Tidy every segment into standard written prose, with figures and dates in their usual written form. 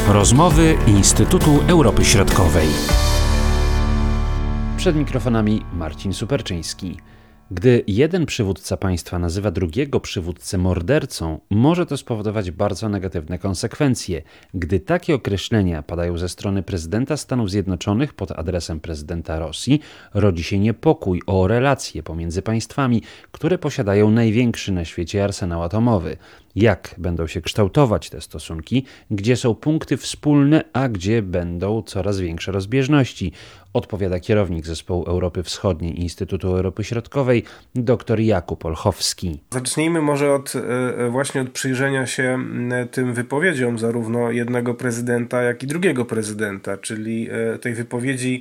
Rozmowy Instytutu Europy Środkowej. Przed mikrofonami Marcin Superczyński. Gdy jeden przywódca państwa nazywa drugiego przywódcę mordercą, może to spowodować bardzo negatywne konsekwencje. Gdy takie określenia padają ze strony prezydenta Stanów Zjednoczonych pod adresem prezydenta Rosji, rodzi się niepokój o relacje pomiędzy państwami, które posiadają największy na świecie arsenał atomowy. Jak będą się kształtować te stosunki, gdzie są punkty wspólne, a gdzie będą coraz większe rozbieżności? Odpowiada kierownik Zespołu Europy Wschodniej Instytutu Europy Środkowej, dr Jakub Olchowski. Zacznijmy może właśnie od przyjrzenia się tym wypowiedziom zarówno jednego prezydenta, jak i drugiego prezydenta, czyli tej wypowiedzi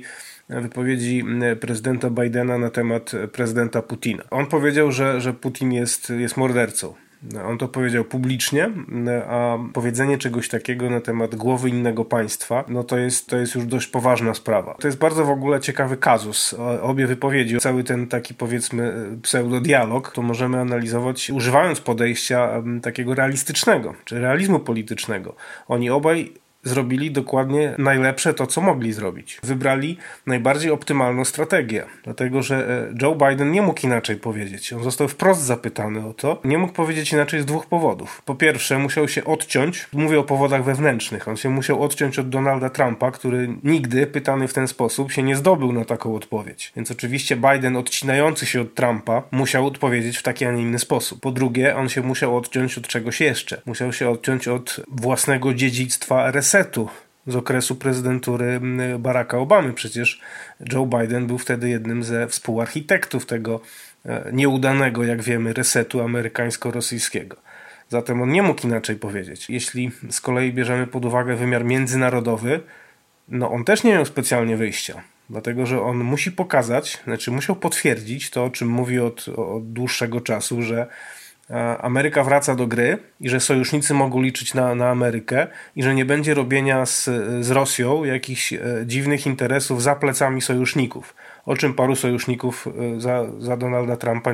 prezydenta Bidena na temat prezydenta Putina. On powiedział, że Putin jest mordercą. On to powiedział publicznie, a powiedzenie czegoś takiego na temat głowy innego państwa, no to jest już dość poważna sprawa. To jest bardzo w ogóle ciekawy kazus. Obie wypowiedzi, cały ten taki powiedzmy pseudodialog, to możemy analizować używając podejścia takiego realistycznego, czy realizmu politycznego. Oni obaj zrobili dokładnie najlepsze to, co mogli zrobić. Wybrali najbardziej optymalną strategię, dlatego że Joe Biden nie mógł inaczej powiedzieć. On został wprost zapytany o to. Nie mógł powiedzieć inaczej z dwóch powodów. Po pierwsze, musiał się odciąć, mówię o powodach wewnętrznych, on się musiał odciąć od Donalda Trumpa, który nigdy, pytany w ten sposób, się nie zdobył na taką odpowiedź. Więc oczywiście Biden, odcinający się od Trumpa, musiał odpowiedzieć w taki, a nie inny sposób. Po drugie, on się musiał odciąć od czegoś jeszcze. Musiał się odciąć od własnego dziedzictwa resetu z okresu prezydentury Baracka Obamy. Przecież Joe Biden był wtedy jednym ze współarchitektów tego nieudanego, jak wiemy, resetu amerykańsko-rosyjskiego. Zatem on nie mógł inaczej powiedzieć. Jeśli z kolei bierzemy pod uwagę wymiar międzynarodowy, no on też nie miał specjalnie wyjścia. Dlatego, że on musi pokazać, musiał potwierdzić to, o czym mówi od dłuższego czasu, że Ameryka wraca do gry i że sojusznicy mogą liczyć na Amerykę i że nie będzie robienia z Rosją jakichś dziwnych interesów za plecami sojuszników. O czym paru sojuszników za Donalda Trumpa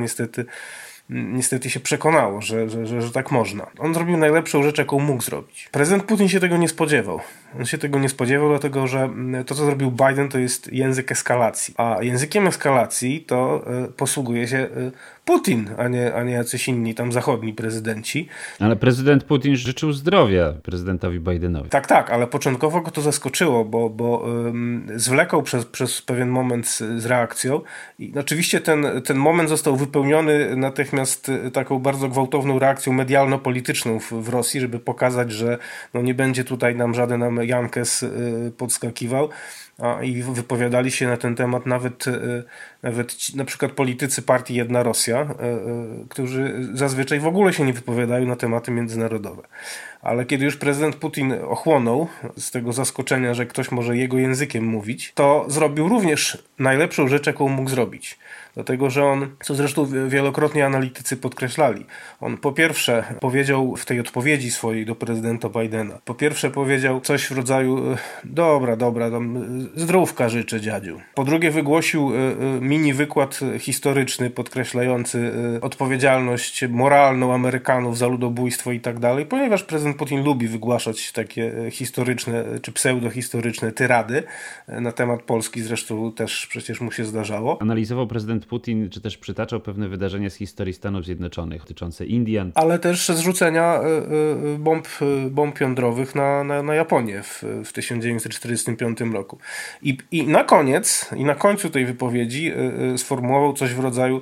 niestety się przekonało, że tak można. On zrobił najlepszą rzecz, jaką mógł zrobić. Prezydent Putin się tego nie spodziewał. On się tego nie spodziewał, dlatego że to, co zrobił Biden, to jest język eskalacji. A językiem eskalacji to posługuje się Putin, a nie jacyś inni tam zachodni prezydenci. Ale prezydent Putin życzył zdrowia prezydentowi Bidenowi. Tak, ale początkowo go to zaskoczyło, bo zwlekał przez pewien moment z reakcją i oczywiście ten moment został wypełniony natychmiast taką bardzo gwałtowną reakcją medialno-polityczną w Rosji, żeby pokazać, że nie będzie tutaj nam żaden Jankes podskakiwał. I wypowiadali się na ten temat nawet na przykład politycy partii Jedna Rosja, którzy zazwyczaj w ogóle się nie wypowiadają na tematy międzynarodowe. Ale kiedy już prezydent Putin ochłonął z tego zaskoczenia, że ktoś może jego językiem mówić, to zrobił również najlepszą rzecz, jaką mógł zrobić. Dlatego, że on, co zresztą wielokrotnie analitycy podkreślali, on po pierwsze powiedział w tej odpowiedzi swojej do prezydenta Bidena, powiedział coś w rodzaju dobra, tam zdrówka życzę, dziadziu. Po drugie wygłosił mini wykład historyczny podkreślający odpowiedzialność moralną Amerykanów za ludobójstwo i tak dalej, ponieważ prezydent Putin lubi wygłaszać takie historyczne czy pseudohistoryczne tyrady na temat Polski, zresztą też przecież mu się zdarzało. Analizował prezydent Putin, czy też przytaczał pewne wydarzenia z historii Stanów Zjednoczonych dotyczące Indian. Ale też zrzucenia bomb jądrowych na Japonię w 1945 roku. I na końcu tej wypowiedzi sformułował coś w rodzaju,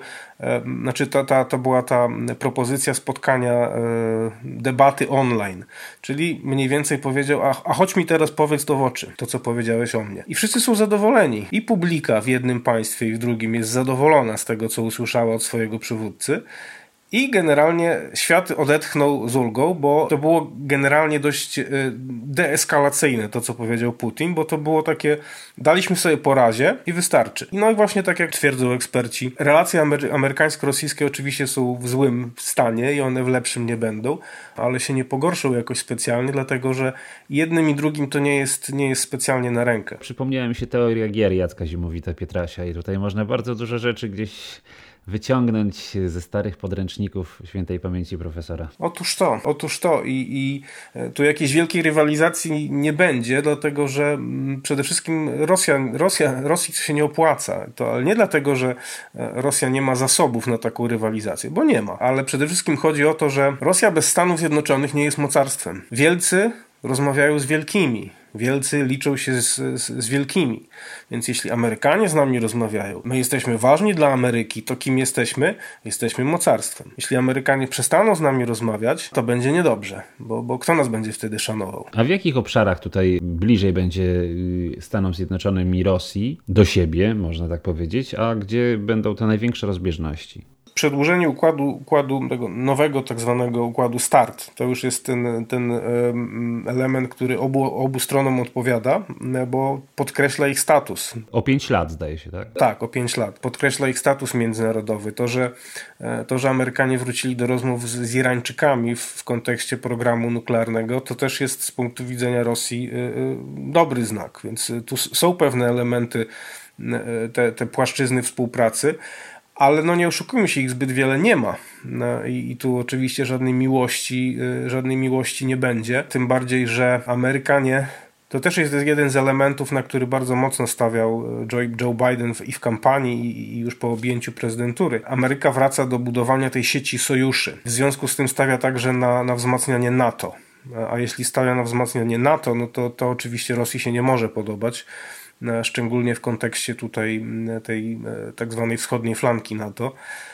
to była ta propozycja spotkania, debaty online, czyli mniej więcej powiedział, a chodź mi teraz powiedz to w oczy, to co powiedziałeś o mnie. I wszyscy są zadowoleni. I publika w jednym państwie i w drugim jest zadowolona z tego, co usłyszała od swojego przywódcy. I generalnie świat odetchnął z ulgą, bo to było generalnie dość deeskalacyjne to, co powiedział Putin, bo to było takie, daliśmy sobie po razie i wystarczy. No i właśnie tak jak twierdzą eksperci, relacje amerykańsko-rosyjskie oczywiście są w złym stanie i one w lepszym nie będą, ale się nie pogorszą jakoś specjalnie, dlatego że jednym i drugim to nie jest specjalnie na rękę. Przypomniała mi się teoria gier Jacka Zimowita-Pietrasia i tutaj można bardzo dużo rzeczy gdzieś wyciągnąć ze starych podręczników świętej pamięci profesora? Otóż to. I tu jakiejś wielkiej rywalizacji nie będzie, dlatego że przede wszystkim Rosji się nie opłaca. Ale nie dlatego, że Rosja nie ma zasobów na taką rywalizację, bo nie ma. Ale przede wszystkim chodzi o to, że Rosja bez Stanów Zjednoczonych nie jest mocarstwem. Wielcy rozmawiają z wielkimi. Wielcy liczą się z wielkimi. Więc jeśli Amerykanie z nami rozmawiają, my jesteśmy ważni dla Ameryki, to kim jesteśmy? Jesteśmy mocarstwem. Jeśli Amerykanie przestaną z nami rozmawiać, to będzie niedobrze, bo kto nas będzie wtedy szanował? A w jakich obszarach tutaj bliżej będzie Stanom Zjednoczonym i Rosji do siebie, można tak powiedzieć, a gdzie będą te największe rozbieżności? Przedłużenie układu tego nowego tak zwanego układu START. To już jest ten element, który obu stronom odpowiada, bo podkreśla ich status. O 5 lat zdaje się, tak? Tak, o 5 lat. Podkreśla ich status międzynarodowy. To, że Amerykanie wrócili do rozmów z Irańczykami w kontekście programu nuklearnego, to też jest z punktu widzenia Rosji dobry znak. Więc tu są pewne elementy, te płaszczyzny współpracy, ale no nie oszukujmy się, ich zbyt wiele nie ma. I tu oczywiście żadnej miłości nie będzie. Tym bardziej, że Amerykanie, to też jest jeden z elementów, na który bardzo mocno stawiał Joe Biden i w kampanii i już po objęciu prezydentury. Ameryka wraca do budowania tej sieci sojuszy. W związku z tym stawia także na wzmacnianie NATO. A jeśli stawia na wzmacnianie NATO, no to oczywiście Rosji się nie może podobać. Szczególnie w kontekście tutaj tej tak zwanej wschodniej flanki NATO.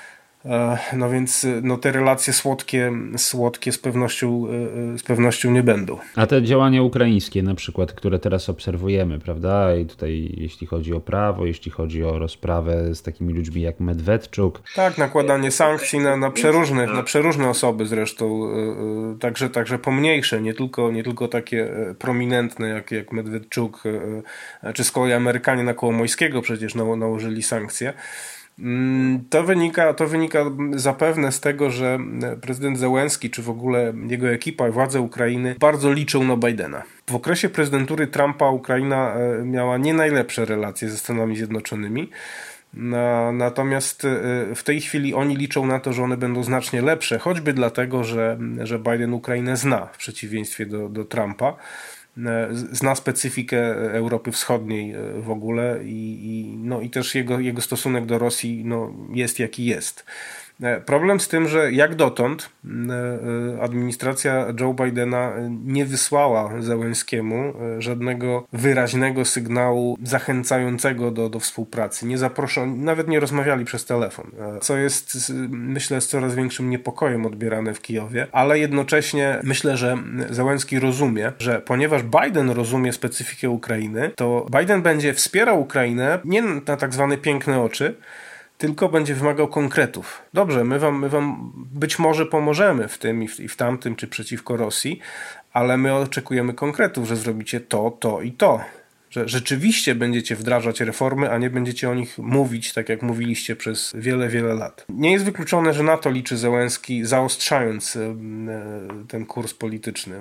No więc te relacje słodkie z pewnością nie będą. A te działania ukraińskie na przykład, które teraz obserwujemy, prawda? I tutaj jeśli chodzi o prawo, jeśli chodzi o rozprawę z takimi ludźmi jak Medwedczuk. Tak, nakładanie sankcji na przeróżne osoby zresztą, także pomniejsze, nie tylko takie prominentne jak Medwedczuk, czy z kolei Amerykanie na Kołomojskiego przecież nałożyli sankcje. To wynika zapewne z tego, że prezydent Zełenski, czy w ogóle jego ekipa i władze Ukrainy bardzo liczą na Bidena. W okresie prezydentury Trumpa Ukraina miała nie najlepsze relacje ze Stanami Zjednoczonymi, natomiast w tej chwili oni liczą na to, że one będą znacznie lepsze, choćby dlatego, że Biden Ukrainę zna w przeciwieństwie do Trumpa. Zna specyfikę Europy Wschodniej w ogóle i też jego stosunek do Rosji jest jaki jest. Problem z tym, że jak dotąd administracja Joe Bidena nie wysłała Zełenskiemu żadnego wyraźnego sygnału zachęcającego do współpracy. Nie zaproszono, nawet nie rozmawiali przez telefon, co jest, myślę, z coraz większym niepokojem odbierane w Kijowie, ale jednocześnie myślę, że Zełenski rozumie, że ponieważ Biden rozumie specyfikę Ukrainy, to Biden będzie wspierał Ukrainę nie na tak zwane piękne oczy, tylko będzie wymagał konkretów. Dobrze, my wam być może pomożemy w tym i w tamtym, czy przeciwko Rosji, ale my oczekujemy konkretów, że zrobicie to i to. Że rzeczywiście będziecie wdrażać reformy, a nie będziecie o nich mówić, tak jak mówiliście przez wiele, wiele lat. Nie jest wykluczone, że na to liczy Zełenski, zaostrzając ten kurs polityczny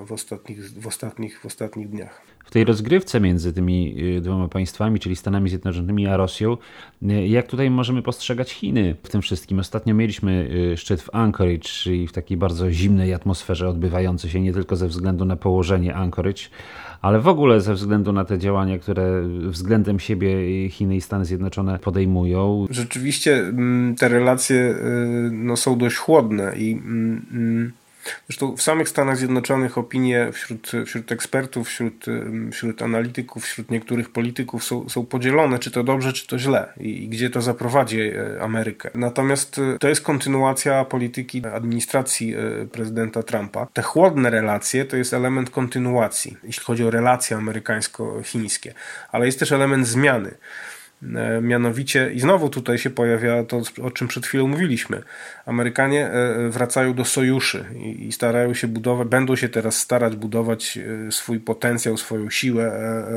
w ostatnich dniach. W tej rozgrywce między tymi dwoma państwami, czyli Stanami Zjednoczonymi a Rosją, jak tutaj możemy postrzegać Chiny w tym wszystkim? Ostatnio mieliśmy szczyt w Anchorage, czyli w takiej bardzo zimnej atmosferze odbywający się nie tylko ze względu na położenie Anchorage, ale w ogóle ze względu na te działania, które względem siebie Chiny i Stany Zjednoczone podejmują. Rzeczywiście te relacje są dość chłodne i zresztą w samych Stanach Zjednoczonych opinie wśród ekspertów, wśród analityków, wśród niektórych polityków są podzielone, czy to dobrze, czy to źle i gdzie to zaprowadzi Amerykę. Natomiast to jest kontynuacja polityki administracji prezydenta Trumpa. Te chłodne relacje to jest element kontynuacji, jeśli chodzi o relacje amerykańsko-chińskie, ale jest też element zmiany. Mianowicie, i znowu tutaj się pojawia to, o czym przed chwilą mówiliśmy. Amerykanie wracają do sojuszy i starają się będą się teraz starać budować swój potencjał, swoją siłę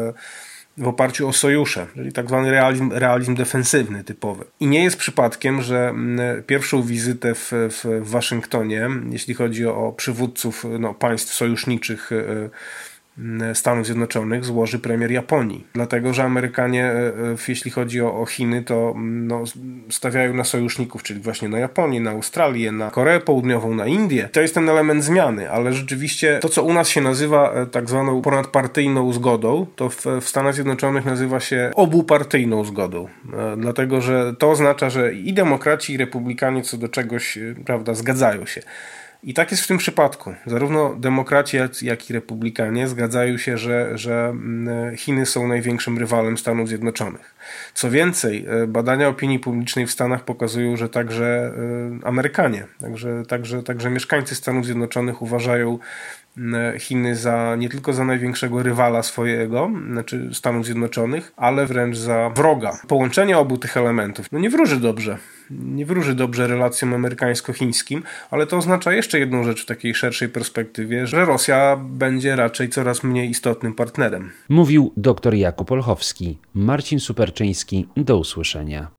w oparciu o sojusze, czyli tak zwany realizm defensywny typowy. I nie jest przypadkiem, że pierwszą wizytę w Waszyngtonie, jeśli chodzi o przywódców państw sojuszniczych Stanów Zjednoczonych złoży premier Japonii. Dlatego, że Amerykanie, jeśli chodzi o Chiny, to stawiają na sojuszników, czyli właśnie na Japonię, na Australię, na Koreę Południową, na Indię. To jest ten element zmiany, ale rzeczywiście to, co u nas się nazywa tak zwaną ponadpartyjną zgodą, to w Stanach Zjednoczonych nazywa się obupartyjną zgodą. Dlatego, że to oznacza, że i demokraci, i republikanie co do czegoś, prawda, zgadzają się. I tak jest w tym przypadku. Zarówno demokraci, jak i republikanie zgadzają się, że Chiny są największym rywalem Stanów Zjednoczonych. Co więcej, badania opinii publicznej w Stanach pokazują, że także Amerykanie, także mieszkańcy Stanów Zjednoczonych uważają Chiny nie tylko za największego rywala swojego, znaczy Stanów Zjednoczonych, ale wręcz za wroga. Połączenie obu tych elementów nie wróży dobrze relacjom amerykańsko-chińskim, ale to oznacza jeszcze jedną rzecz w takiej szerszej perspektywie, że Rosja będzie raczej coraz mniej istotnym partnerem. Mówił dr Jakub Olchowski. Marcin Superczyński. Do usłyszenia.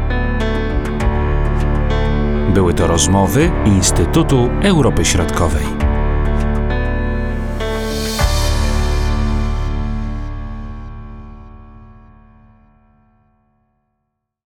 Były to rozmowy Instytutu Europy Środkowej.